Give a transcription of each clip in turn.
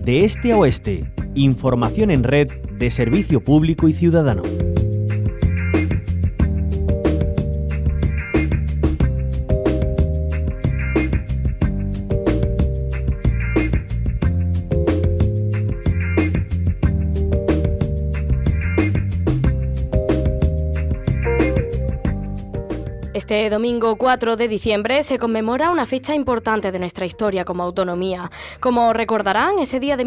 de este a oeste. Información en red de servicio público y ciudadano. Este domingo 4 de diciembre se conmemora una fecha importante de nuestra historia como autonomía. Como recordarán, ese día de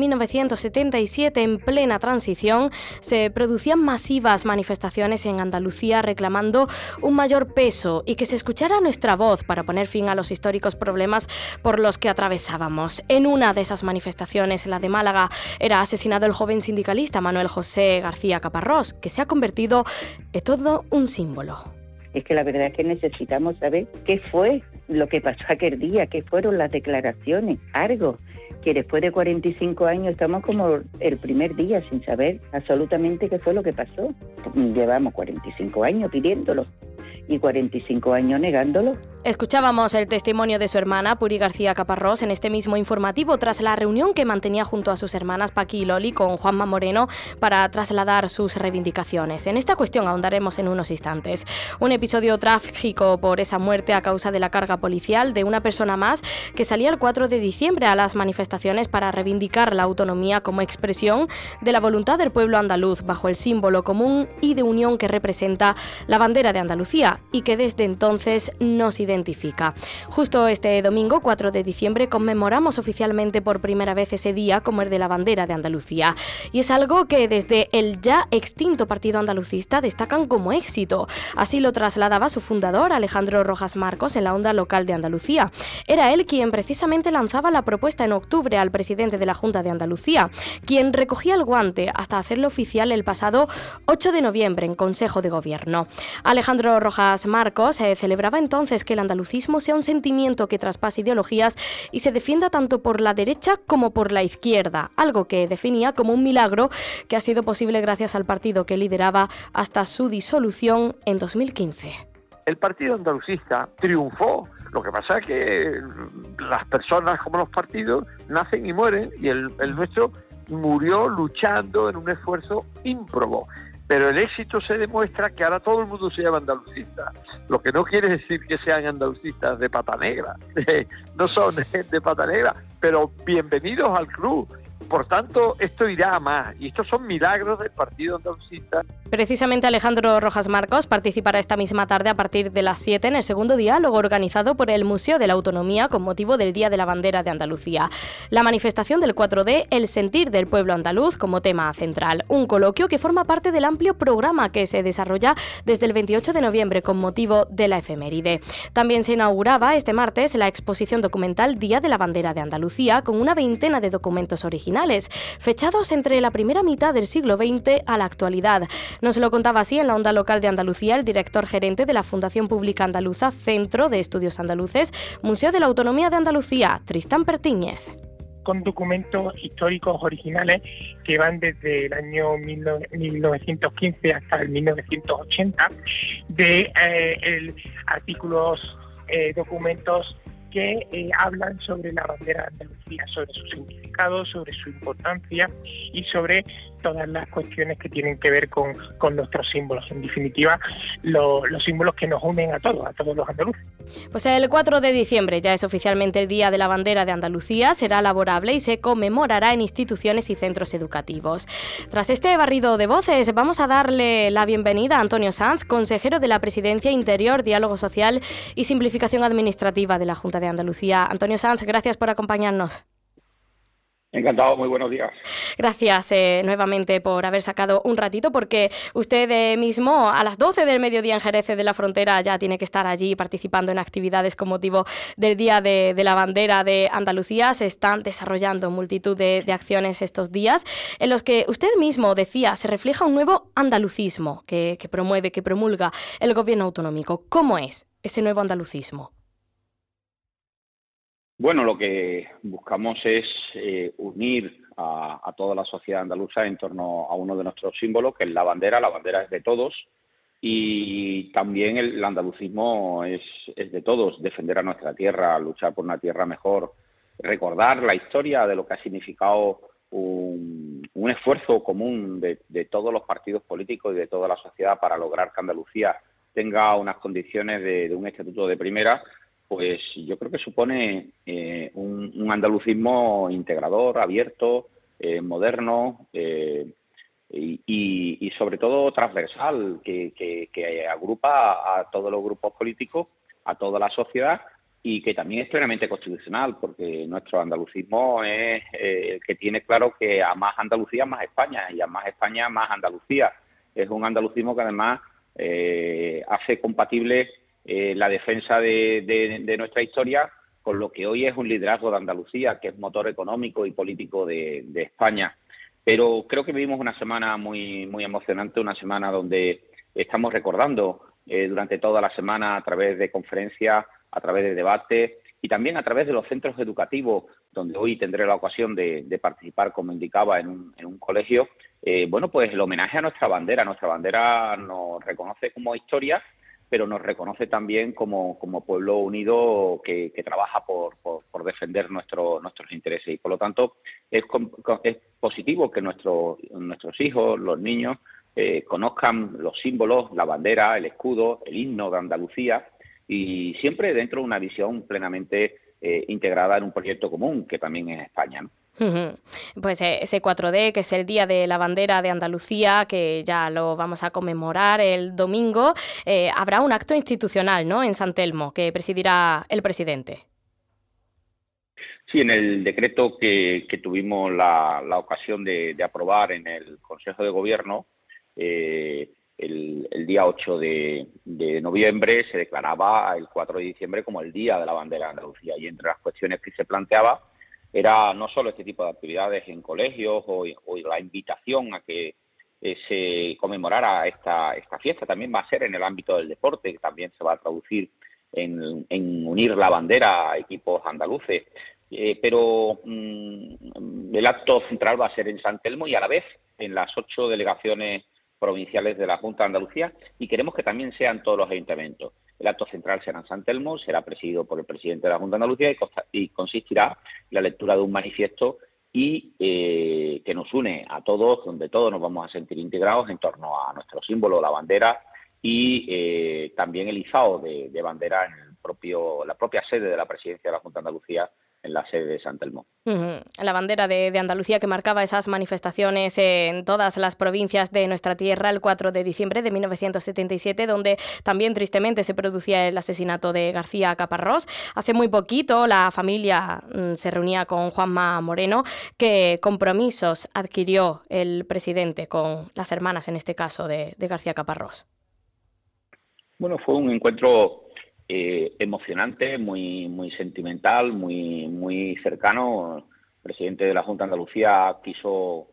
1977, en plena transición, se producían masivas manifestaciones en Andalucía reclamando un mayor peso y que se escuchara nuestra voz para poner fin a los históricos problemas por los que atravesábamos. En una de esas manifestaciones, la de Málaga, era asesinado el joven sindicalista Manuel José García Caparrós, que se ha convertido en todo un símbolo. Es que la verdad es que necesitamos saber qué fue lo que pasó aquel día, qué fueron las declaraciones, algo que después de 45 años estamos como el primer día sin saber absolutamente qué fue lo que pasó. Llevamos 45 años pidiéndolo y 45 años negándolo. Escuchábamos el testimonio de su hermana, Puri García Caparrós, en este mismo informativo tras la reunión que mantenía junto a sus hermanas Paqui y Loli con Juanma Moreno para trasladar sus reivindicaciones. En esta cuestión ahondaremos en unos instantes. Un episodio trágico por esa muerte a causa de la carga policial de una persona más que salía el 4 de diciembre a las manifestaciones para reivindicar la autonomía como expresión de la voluntad del pueblo andaluz bajo el símbolo común y de unión que representa la bandera de Andalucía y que desde entonces nos identifica. Justo este domingo, 4 de diciembre, conmemoramos oficialmente por primera vez ese día como el de la bandera de Andalucía. Y es algo que desde el ya extinto Partido Andalucista destacan como éxito. Así lo trasladaba su fundador, Alejandro Rojas Marcos, en la onda local de Andalucía. Era él quien precisamente lanzaba la propuesta en octubre al presidente de la Junta de Andalucía, quien recogía el guante hasta hacerlo oficial el pasado 8 de noviembre en Consejo de Gobierno. Alejandro Rojas Marcos celebraba entonces que el andalucismo sea un sentimiento que traspase ideologías y se defienda tanto por la derecha como por la izquierda, algo que definía como un milagro que ha sido posible gracias al partido que lideraba hasta su disolución en 2015. El Partido Andalucista triunfó. Lo que pasa es que las personas, como los partidos, nacen y mueren, y el nuestro murió luchando en un esfuerzo ímprobo. Pero el éxito se demuestra que ahora todo el mundo se llama andalucista, lo que no quiere decir que sean andalucistas de pata negra, no son de pata negra, pero bienvenidos al club. Por tanto, esto irá a más, y estos son milagros del Partido Andalucista. Precisamente Alejandro Rojas Marcos participará esta misma tarde a partir de las 7 en el segundo diálogo organizado por el Museo de la Autonomía con motivo del Día de la Bandera de Andalucía. La manifestación del 4D, el sentir del pueblo andaluz como tema central. Un coloquio que forma parte del amplio programa que se desarrolla desde el 28 de noviembre con motivo de la efeméride. También se inauguraba este martes la exposición documental Día de la Bandera de Andalucía con una veintena de documentos originales, fechados entre la primera mitad del siglo XX a la actualidad. Nos lo contaba así en la onda local de Andalucía el director gerente de la Fundación Pública Andaluza, Centro de Estudios Andaluces, Museo de la Autonomía de Andalucía, Tristán Pertíñez. Con documentos históricos originales que van desde el año 1915 hasta el 1980, de artículos, documentos que hablan sobre la bandera de Andalucía, sobre su significado, sobre su importancia y sobre todas las cuestiones que tienen que ver con nuestros símbolos. En definitiva, los símbolos que nos unen a todos los andaluces. Pues el 4 de diciembre ya es oficialmente el Día de la Bandera de Andalucía, será laborable y se conmemorará en instituciones y centros educativos. Tras este barrido de voces, vamos a darle la bienvenida a Antonio Sanz, consejero de la Presidencia, Interior, Diálogo Social y Simplificación Administrativa de la Junta de Andalucía. Antonio Sanz, gracias por acompañarnos. Encantado, muy buenos días. Gracias nuevamente por haber sacado un ratito, porque usted mismo a las 12 del mediodía en Jerez de la Frontera ya tiene que estar allí participando en actividades con motivo del Día de la Bandera de Andalucía. Se están desarrollando multitud de acciones estos días en los que usted mismo decía se refleja un nuevo andalucismo que promueve, que promulga el gobierno autonómico. ¿Cómo es ese nuevo andalucismo? Bueno, lo que buscamos es unir a toda la sociedad andaluza en torno a uno de nuestros símbolos, que es la bandera. La bandera es de todos y también el andalucismo es de todos. Defender a nuestra tierra, luchar por una tierra mejor, recordar la historia de lo que ha significado un esfuerzo común de todos los partidos políticos y de toda la sociedad para lograr que Andalucía tenga unas condiciones de un estatuto de primera, pues yo creo que supone un andalucismo integrador, abierto, moderno y sobre todo transversal, que agrupa a todos los grupos políticos, a toda la sociedad, y que también es plenamente constitucional, porque nuestro andalucismo es el que tiene claro que a más Andalucía, más España, y a más España, más Andalucía. Es un andalucismo que además hace compatible la defensa de nuestra historia con lo que hoy es un liderazgo de Andalucía, que es motor económico y político de España. Pero creo que vivimos una semana muy emocionante, una semana donde estamos recordando durante toda la semana a través de conferencias, a través de debates y también a través de los centros educativos, donde hoy tendré la ocasión de participar, como indicaba, en un colegio. Bueno, pues el homenaje a nuestra bandera. Nuestra bandera nos reconoce como historia, pero nos reconoce también como pueblo unido que trabaja por defender nuestros intereses. Y por lo tanto es positivo que nuestros hijos, los niños, conozcan los símbolos, la bandera, el escudo, el himno de Andalucía, y siempre dentro de una visión plenamente integrada en un proyecto común, que también es España, ¿no? Pues ese 4D, que es el Día de la Bandera de Andalucía, que ya lo vamos a conmemorar el domingo, habrá un acto institucional, ¿no?, en San Telmo, que presidirá el presidente. Sí, en el decreto que tuvimos la ocasión de aprobar en el Consejo de Gobierno, el día 8 de noviembre se declaraba el 4 de diciembre como el Día de la Bandera de Andalucía, y entre las cuestiones que se planteaba era no solo este tipo de actividades en colegios o la invitación a que se conmemorara esta fiesta, también va a ser en el ámbito del deporte, que también se va a traducir en unir la bandera a equipos andaluces. Pero el acto central va a ser en San Telmo y a la vez en las 8 delegaciones provinciales de la Junta de Andalucía, y queremos que también sean todos los ayuntamientos. El acto central será en San Telmo, será presidido por el presidente de la Junta de Andalucía y consistirá en la lectura de un manifiesto y que nos une a todos, donde todos nos vamos a sentir integrados en torno a nuestro símbolo, la bandera, y también el izado de bandera en la propia sede de la presidencia de la Junta de Andalucía, en la sede de San Telmo. La bandera de Andalucía, que marcaba esas manifestaciones en todas las provincias de nuestra tierra el 4 de diciembre de 1977, donde también tristemente se producía el asesinato de García Caparrós. Hace muy poquito la familia se reunía con Juanma Moreno. ¿Qué compromisos adquirió el presidente con las hermanas, en este caso, de García Caparrós? Bueno, fue un encuentro emocionante, muy sentimental, muy cercano. El presidente de la Junta de Andalucía quiso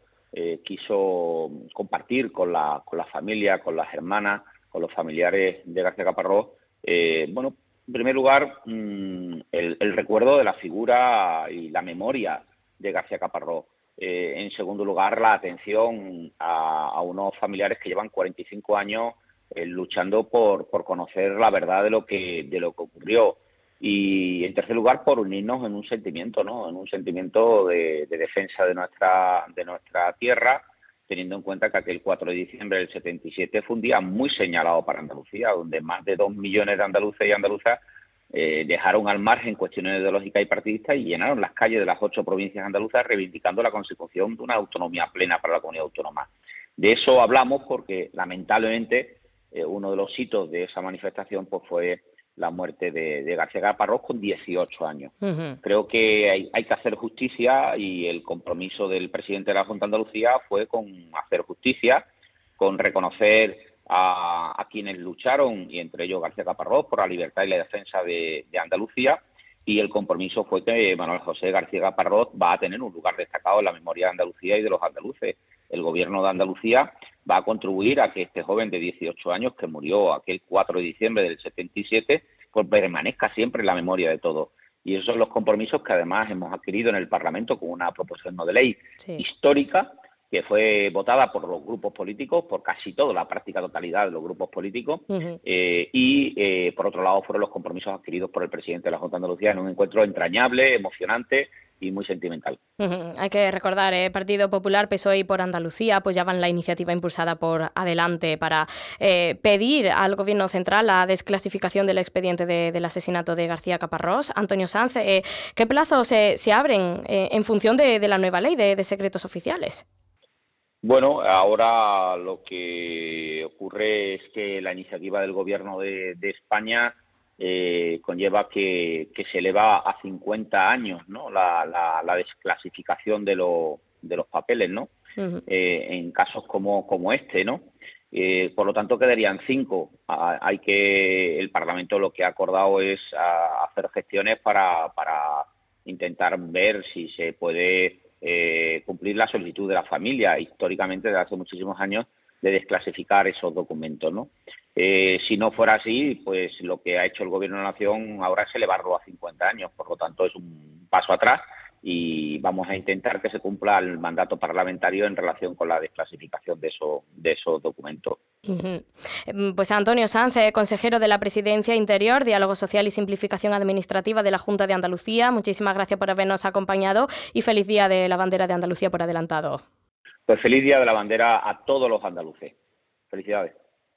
compartir con la familia, con las hermanas, con los familiares de García Caparrós, bueno, en primer lugar, el recuerdo de la figura y la memoria de García Caparrós. En segundo lugar, la atención a unos familiares que llevan 45 años luchando por conocer la verdad de lo que ocurrió, y en tercer lugar por unirnos en un sentimiento, ¿no?, en un sentimiento de defensa de nuestra tierra, teniendo en cuenta que aquel 4 de diciembre del 77 fue un día muy señalado para Andalucía, donde más de 2 millones de andaluces y andaluzas dejaron al margen cuestiones ideológicas y partidistas y llenaron las calles de las 8 provincias andaluzas reivindicando la consecución de una autonomía plena para la comunidad autónoma. De eso hablamos porque lamentablemente uno de los hitos de esa manifestación pues fue la muerte de García Caparrós con 18 años. Creo que hay que hacer justicia, y el compromiso del presidente de la Junta de Andalucía fue con hacer justicia, con reconocer a quienes lucharon, y entre ellos García Caparrós, por la libertad y la defensa de Andalucía, y el compromiso fue que Manuel José García Caparrós va a tener un lugar destacado en la memoria de Andalucía y de los andaluces. El Gobierno de Andalucía va a contribuir a que este joven de 18 años, que murió aquel 4 de diciembre del 77, pues permanezca siempre en la memoria de todos. Y esos son los compromisos que además hemos adquirido en el Parlamento con una proposición no de ley histórica, que fue votada por los grupos políticos, por casi toda la práctica totalidad de los grupos políticos, y por otro lado fueron los compromisos adquiridos por el presidente de la Junta de Andalucía en un encuentro entrañable, emocionante, muy sentimental. Hay que recordar, Partido Popular, PSOE y Por Andalucía apoyaban la iniciativa impulsada por Adelante para pedir al Gobierno central la desclasificación del expediente del asesinato de García Caparrós. Antonio Sanz, ¿qué plazos se abren en función de la nueva ley de secretos oficiales? Bueno, ahora lo que ocurre es que la iniciativa del Gobierno de España conlleva que se eleva a 50 años, ¿no? la desclasificación de los papeles, ¿no? En casos como este, ¿no? Por lo tanto, quedarían 5. El Parlamento lo que ha acordado es hacer gestiones para intentar ver si se puede cumplir la solicitud de la familia, históricamente desde hace muchísimos años, de desclasificar esos documentos, ¿no? Si no fuera así, pues lo que ha hecho el Gobierno de la Nación ahora es elevarlo a 50 años, por lo tanto es un paso atrás y vamos a intentar que se cumpla el mandato parlamentario en relación con la desclasificación de esos documentos. Pues Antonio Sanz, consejero de la Presidencia, Interior, Diálogo Social y Simplificación Administrativa de la Junta de Andalucía, muchísimas gracias por habernos acompañado y feliz Día de la Bandera de Andalucía por adelantado. Pues feliz Día de la Bandera a todos los andaluces. Felicidades.